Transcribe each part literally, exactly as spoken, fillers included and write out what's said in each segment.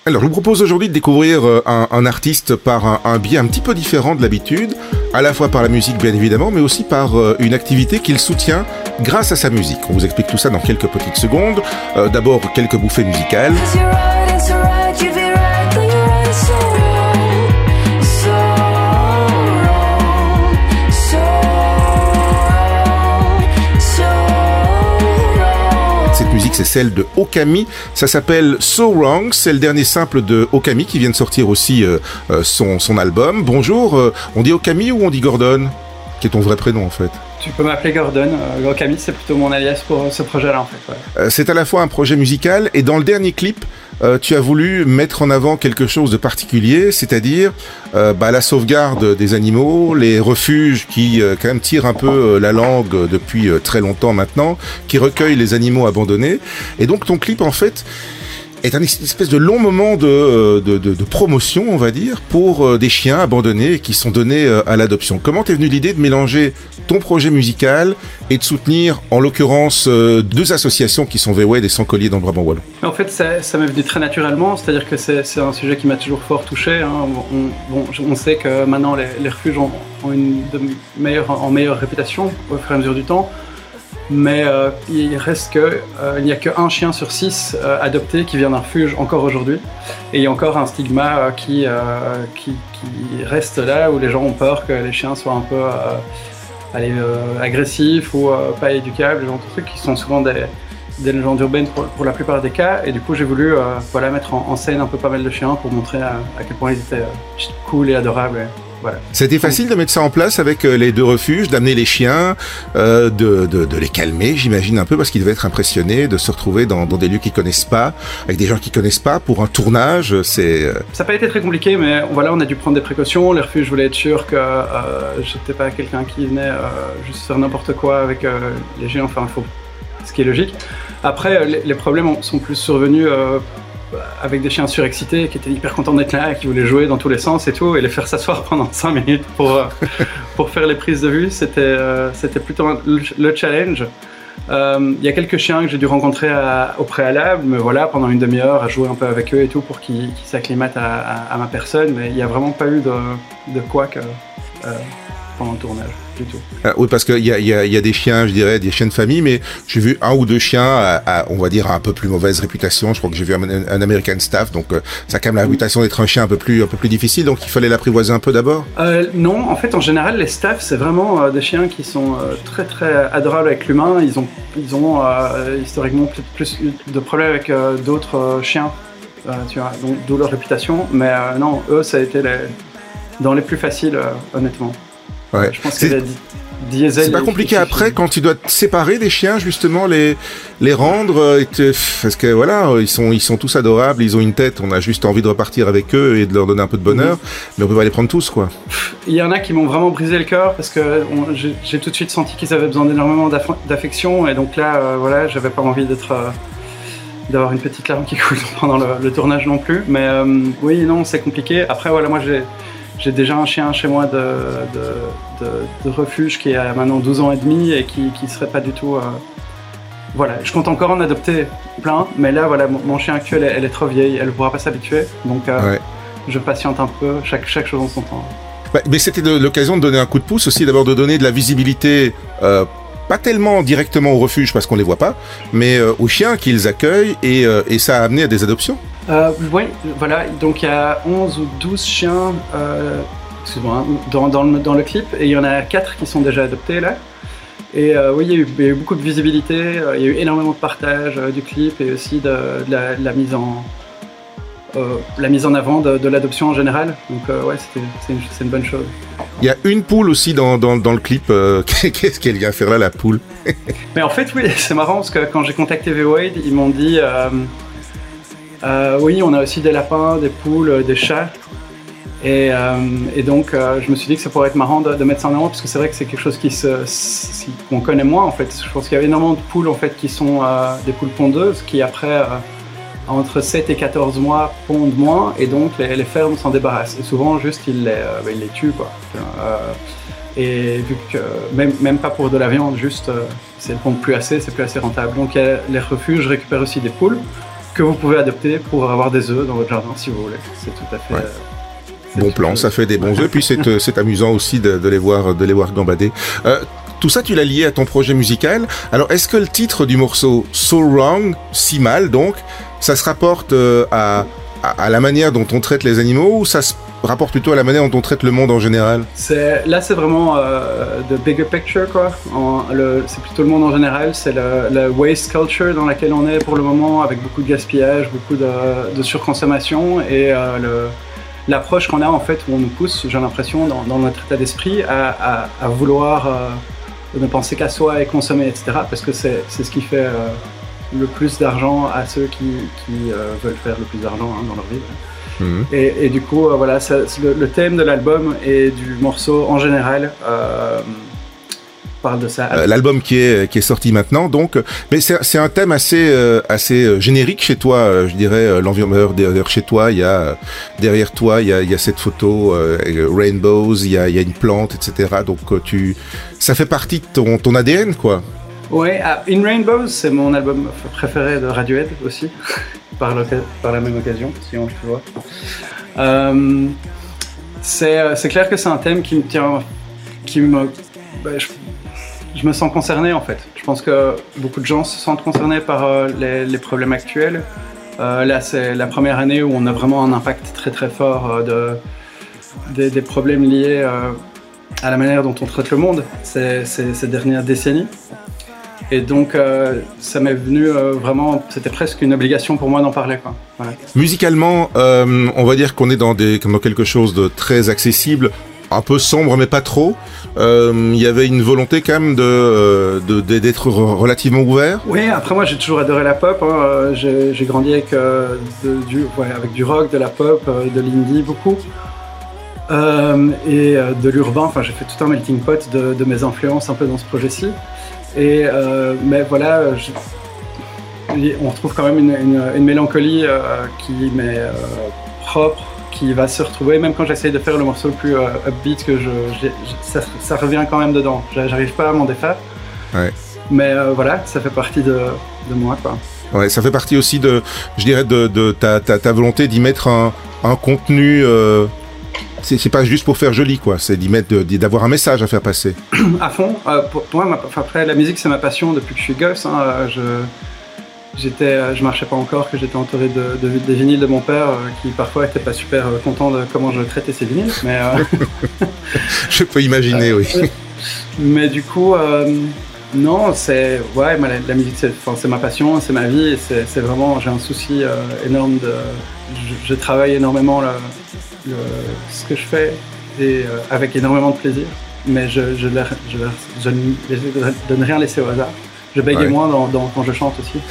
Alors, je vous propose aujourd'hui de découvrir un, un artiste par un, un biais un petit peu différent de l'habitude, à la fois par la musique bien évidemment, mais aussi par une activité qu'il soutient grâce à sa musique. On vous explique tout ça dans quelques petites secondes. Euh, d'abord, quelques bouffées musicales. Cette musique, c'est celle de Okami. Ça s'appelle So Wrong. C'est le dernier simple de Okami qui vient de sortir aussi euh, son, son album. Bonjour, euh, on dit Okami ou on dit Gordon, qui est ton vrai prénom en fait? Tu peux m'appeler Gordon. Euh, Okami, c'est plutôt mon alias pour ce projet-là en fait. Ouais. Euh, c'est à la fois un projet musical et dans le dernier clip, euh, tu as voulu mettre en avant quelque chose de particulier, c'est-à-dire euh, bah, la sauvegarde des animaux, les refuges qui euh, quand même tirent un peu euh, la langue depuis euh, très longtemps maintenant, qui recueillent les animaux abandonnés. Et donc ton clip en fait est un espèce de long moment de, de, de, de promotion, on va dire, pour euh, des chiens abandonnés qui sont donnés euh, à l'adoption. Comment t'es venue l'idée de mélanger ton projet musical et de soutenir, en l'occurrence, euh, deux associations qui sont V-Wed et Sans Collier dans le Brabant Wallon? En fait, ça, ça m'est venu très naturellement, c'est-à-dire que c'est, c'est un sujet qui m'a toujours fort touché. Hein. On, bon, on sait que maintenant les, les refuges ont, ont une de meilleure, en meilleure réputation au fur et à mesure du temps. Mais euh, il reste que euh, il n'y a qu'un chien sur six euh, adopté qui vient d'un refuge encore aujourd'hui, et il y a encore un stigma euh, qui, euh, qui qui reste là où les gens ont peur que les chiens soient un peu euh, allez, euh, agressifs ou euh, pas éducables, genre de trucs qui sont souvent des, des légendes urbaines pour, pour la plupart des cas. Et du coup j'ai voulu euh, voilà mettre en, en scène un peu pas mal de chiens pour montrer à, à quel point ils étaient euh, cool et adorables. Et, voilà. C'était facile de mettre ça en place avec les deux refuges, d'amener les chiens, euh, de, de, de les calmer, j'imagine un peu, parce qu'ils devaient être impressionnés de se retrouver dans, dans des lieux qu'ils connaissent pas, avec des gens qu'ils connaissent pas, pour un tournage. C'est ça n'a pas été très compliqué, mais voilà, on a dû prendre des précautions. Les refuges voulaient être sûrs que euh, j'étais pas quelqu'un qui venait euh, juste faire n'importe quoi avec euh, les chiens. Enfin, il faut, ce qui est logique. Après, les, les problèmes sont plus survenus. Euh, avec des chiens surexcités qui étaient hyper contents d'être là, qui voulaient jouer dans tous les sens et tout, et les faire s'asseoir pendant cinq minutes pour, pour faire les prises de vue, c'était, euh, c'était plutôt le, le challenge. Il euh, y a quelques chiens que j'ai dû rencontrer à, au préalable, mais voilà, pendant une demi-heure, à jouer un peu avec eux et tout pour qu'ils, qu'ils s'acclimatent à, à, à ma personne, mais il n'y a vraiment pas eu de, de couac euh, pendant le tournage. Du tout. Euh, oui, parce qu'il y a, y, a, y a des chiens, je dirais, des chiens de famille, mais j'ai vu un ou deux chiens à, à, on va dire, à un peu plus mauvaise réputation. Je crois que j'ai vu un, un American Staff, donc euh, ça a quand même la réputation d'être un chien un peu plus, un peu plus difficile, donc il fallait l'apprivoiser un peu d'abord. Euh, non, en fait, en général, les staffs, c'est vraiment euh, des chiens qui sont euh, très très adorables avec l'humain. Ils ont, ils ont euh, historiquement plus, plus de problèmes avec euh, d'autres euh, chiens, euh, tu vois, donc, d'où leur réputation. Mais euh, non, eux, ça a été les, dans les plus faciles, euh, honnêtement. Ouais. Je pense que c'est, diesel, c'est pas compliqué après quand tu dois te séparer des chiens, justement, les les rendre et te, parce que voilà, ils sont ils sont tous adorables, ils ont une tête, on a juste envie de repartir avec eux et de leur donner un peu de bonheur, mmh. mais on peut pas les prendre tous, quoi. Il y en a qui m'ont vraiment brisé le cœur parce que on, j'ai, j'ai tout de suite senti qu'ils avaient besoin d'énormément d'aff- d'affection et donc là, euh, voilà, j'avais pas envie d'être euh, d'avoir une petite larme qui coule pendant le, le tournage non plus, mais euh, oui, non, c'est compliqué. Après, voilà, moi j'ai J'ai déjà un chien chez moi de, de, de, de refuge qui a maintenant douze ans et demi et qui ne serait pas du tout... Euh... Voilà, je compte encore en adopter plein, mais là, voilà, mon, mon chien actuel, elle, elle est trop vieille, elle ne pourra pas s'habituer, donc euh, ouais. je patiente un peu, chaque, chaque chose en son temps. Bah, mais c'était de, l'occasion de donner un coup de pouce aussi, d'abord de donner de la visibilité, euh, pas tellement directement au refuge parce qu'on ne les voit pas, mais euh, aux chiens qu'ils accueillent et, euh, et ça a amené à des adoptions. Euh, oui, voilà, donc il y a onze ou douze chiens euh, excuse-moi, dans, dans, le, dans le clip, et il y en a quatre qui sont déjà adoptés là. Et euh, oui, il y, a eu, il y a eu beaucoup de visibilité, euh, il y a eu énormément de partage euh, du clip et aussi de, de, la, de la, mise en, euh, la mise en avant de, de l'adoption en général. Donc euh, ouais, c'était, c'est, une, c'est une bonne chose. Il y a une poule aussi dans, dans, dans le clip. Euh, qu'est-ce qu'elle vient faire là, la poule? Mais en fait, oui, c'est marrant parce que quand j'ai contacté V-Wed, ils m'ont dit... Euh, Euh, oui, on a aussi des lapins, des poules, des chats. Et, euh, et donc, euh, je me suis dit que ça pourrait être marrant de, de mettre ça en avant parce que c'est vrai que c'est quelque chose qui se, qui, qu'on connaît moins en fait. Je pense qu'il y a énormément de poules en fait qui sont euh, des poules pondeuses qui après, euh, entre sept et quatorze mois, pondent moins et donc les, les fermes s'en débarrassent. Et souvent, juste, ils les, euh, bah, ils les tuent quoi. Euh, et vu que, même, même pas pour de la viande, juste, euh, si elles pondent plus assez, c'est plus assez rentable. Donc, les refuges récupèrent aussi des poules que vous pouvez adopter pour avoir des œufs dans votre jardin si vous voulez. C'est tout à fait... Ouais. Euh, bon plan, ça fait des bons œufs, puis c'est, c'est amusant aussi de, de les voir, de les voir gambader. Euh, tout ça, tu l'as lié à ton projet musical. Alors, est-ce que le titre du morceau So Wrong, si mal donc, ça se rapporte euh, à, à, à la manière dont on traite les animaux, ou ça se rapporte plutôt à la manière dont on traite le monde en général? C'est, là, c'est vraiment euh, the bigger picture, quoi. En, le, c'est plutôt le monde en général. C'est la, la waste culture dans laquelle on est pour le moment, avec beaucoup de gaspillage, beaucoup de, de surconsommation, et euh, le, l'approche qu'on a, en fait, où on nous pousse, j'ai l'impression, dans, dans notre état d'esprit, à, à, à vouloir euh, ne penser qu'à soi et consommer, et cetera. Parce que c'est, c'est ce qui fait euh, le plus d'argent à ceux qui, qui euh, veulent faire le plus d'argent hein, dans leur vie. Mmh. Et, et du coup, euh, voilà, ça, le, le thème de l'album et du morceau en général euh, parle de ça. Euh, l'album qui est qui est sorti maintenant, donc, mais c'est c'est un thème assez euh, assez générique chez toi, euh, je dirais. Euh, l'environnement derrière chez toi, il y a derrière toi, il y a il y a cette photo euh, rainbows, il y a il y a une plante, et cetera. Donc euh, tu, ça fait partie de ton ton A D N, quoi. Ouais, uh, In Rainbows, c'est mon album préféré de Radiohead aussi. Par, par la même occasion, si on peut voir. Euh, c'est, c'est clair que c'est un thème qui me tient, qui me, bah, je, je me sens concerné en fait. Je pense que beaucoup de gens se sentent concernés par euh, les, les problèmes actuels. Euh, là, c'est la première année où on a vraiment un impact très très fort euh, de, des, des problèmes liés euh, à la manière dont on traite le monde ces, ces, ces dernières décennies. Et donc, euh, ça m'est venu euh, vraiment, c'était presque une obligation pour moi d'en parler, quoi. Voilà. Musicalement, euh, on va dire qu'on est dans, des, dans quelque chose de très accessible, un peu sombre, mais pas trop. Il euh, y avait une volonté quand même de, de, de, d'être relativement ouvert. Oui, après moi j'ai toujours adoré la pop. Hein. J'ai, j'ai grandi avec, euh, de, du, ouais, avec du rock, de la pop, euh, de l'indie beaucoup. Euh, et euh, de l'urbain, enfin j'ai fait tout un melting pot de, de mes influences un peu dans ce projet-ci. Et euh, mais voilà, je, on retrouve quand même une, une, une mélancolie euh, qui m'est euh, propre, qui va se retrouver, même quand j'essaye de faire le morceau le plus euh, upbeat, que je, j'ai, ça, ça revient quand même dedans. J'arrive pas à m'en défaire. Ouais. Mais euh, voilà, ça fait partie de, de moi, quoi. Ouais, ça fait partie aussi de, je dirais, de, de ta, ta, ta volonté d'y mettre un, un contenu. Euh... C'est, c'est pas juste pour faire joli, quoi. C'est d'y mettre, de, d'avoir un message à faire passer. À fond. Euh, pour, pour moi, ma, après, la musique, c'est ma passion depuis que je suis gosse. Hein. Je, j'étais, je marchais pas encore, que j'étais entouré de, de, des vinyles de mon père, euh, qui parfois était pas super content de comment je traitais ses vinyles. Mais euh... je peux imaginer, euh, oui. Mais du coup, euh, non, c'est ouais, la, la musique, c'est, c'est ma passion, c'est ma vie. Et c'est, c'est vraiment, j'ai un souci euh, énorme de. Je, je travaille énormément là. Le, ce que je fais et euh, avec énormément de plaisir, mais je, je, leur, je, leur, je ne donne rien laisser au hasard. Je bégaye ouais. moins dans, dans, quand je chante aussi.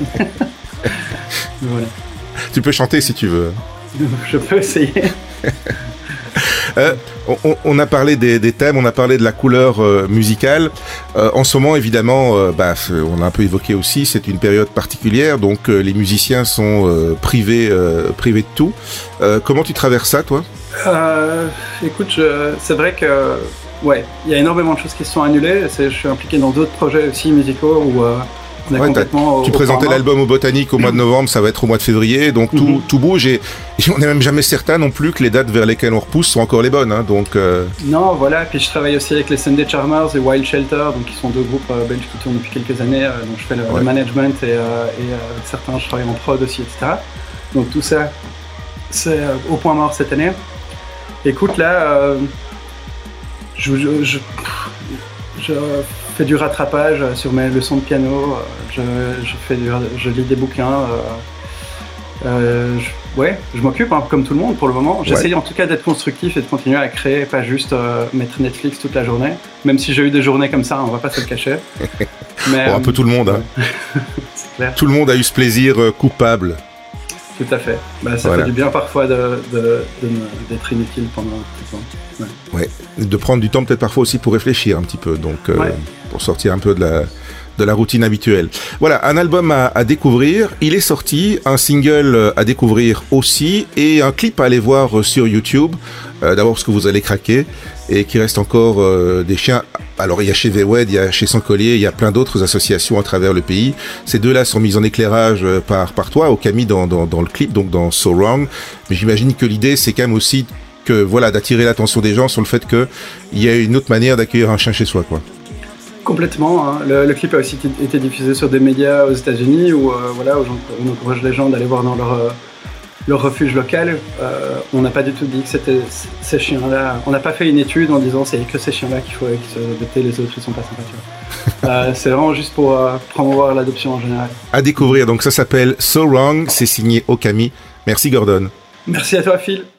Voilà. Tu peux chanter si tu veux. Je peux essayer. Euh, on, on a parlé des, des thèmes, on a parlé de la couleur euh, musicale. Euh, en ce moment, évidemment, euh, bah, on a un peu évoqué aussi, c'est une période particulière, donc euh, les musiciens sont euh, privés, euh, privés de tout. Euh, comment tu traverses ça, toi ? euh, Écoute, je, c'est vrai que ouais, il y a énormément de choses qui se sont annulées. C'est, je suis impliqué dans d'autres projets aussi musicaux où euh, on est ouais, complètement. Tu au, présentais au l'album au Botanique au mois de novembre, ça va être au mois de février, donc tout, mm-hmm. tout bouge et, et on n'est même jamais certain non plus que les dates vers lesquelles on repousse sont encore les bonnes. Hein, donc, euh... Non, voilà. Puis je travaille aussi avec les Sunday Charmers et Wild Shelter, donc qui sont deux groupes euh, belges qui tournent depuis quelques années. Euh, donc je fais le, ouais. le management et, euh, et euh, avec certains, je travaille en prod aussi, et cetera. Donc tout ça, c'est euh, au point mort cette année. Écoute, là, euh, je, je, je, je fais du rattrapage sur mes leçons de piano, je, je, fais du, je lis des bouquins, euh, euh, je, ouais, je m'occupe hein, comme tout le monde pour le moment. J'essaye ouais. en tout cas d'être constructif et de continuer à créer, pas juste euh, mettre Netflix toute la journée, même si j'ai eu des journées comme ça, on va pas se le cacher. Mais, bon, un euh, peu tout le monde, hein. C'est clair. Tout le monde a eu ce plaisir euh, coupable. Tout à fait. Bah, ça voilà. fait du bien parfois de, de, de, d'être inutile pendant tout le temps. Ouais. Ouais. De prendre du temps peut-être parfois aussi pour réfléchir un petit peu, donc euh, ouais. pour sortir un peu de la, de la routine habituelle. Voilà, un album à, à découvrir. Il est sorti, un single à découvrir aussi et un clip à aller voir sur YouTube. Euh, d'abord parce que vous allez craquer et qu'il reste encore euh, des chiens alors il y a chez Vewed, il y a chez Sans Collier, il y a plein d'autres associations à travers le pays. Ces deux-là sont mises en éclairage par par toi, Okami, dans dans dans le clip, donc dans So Wrong. Mais j'imagine que l'idée c'est quand même aussi que voilà d'attirer l'attention des gens sur le fait que il y a une autre manière d'accueillir un chien chez soi, quoi. Complètement. Hein. Le, le clip a aussi t- été diffusé sur des médias aux États-Unis où euh, voilà, où on encourage les gens d'aller voir dans leur euh, leur refuge local. Euh, on n'a pas du tout dit que c'était c- ces chiens-là. On n'a pas fait une étude en disant c'est que ces chiens-là qu'il faut adopter, les autres ne sont pas sympas. euh, c'est vraiment juste pour euh, promouvoir l'adoption en général. À découvrir. Donc ça s'appelle So Wrong. C'est signé Okami. Merci Gordon. Merci à toi Phil.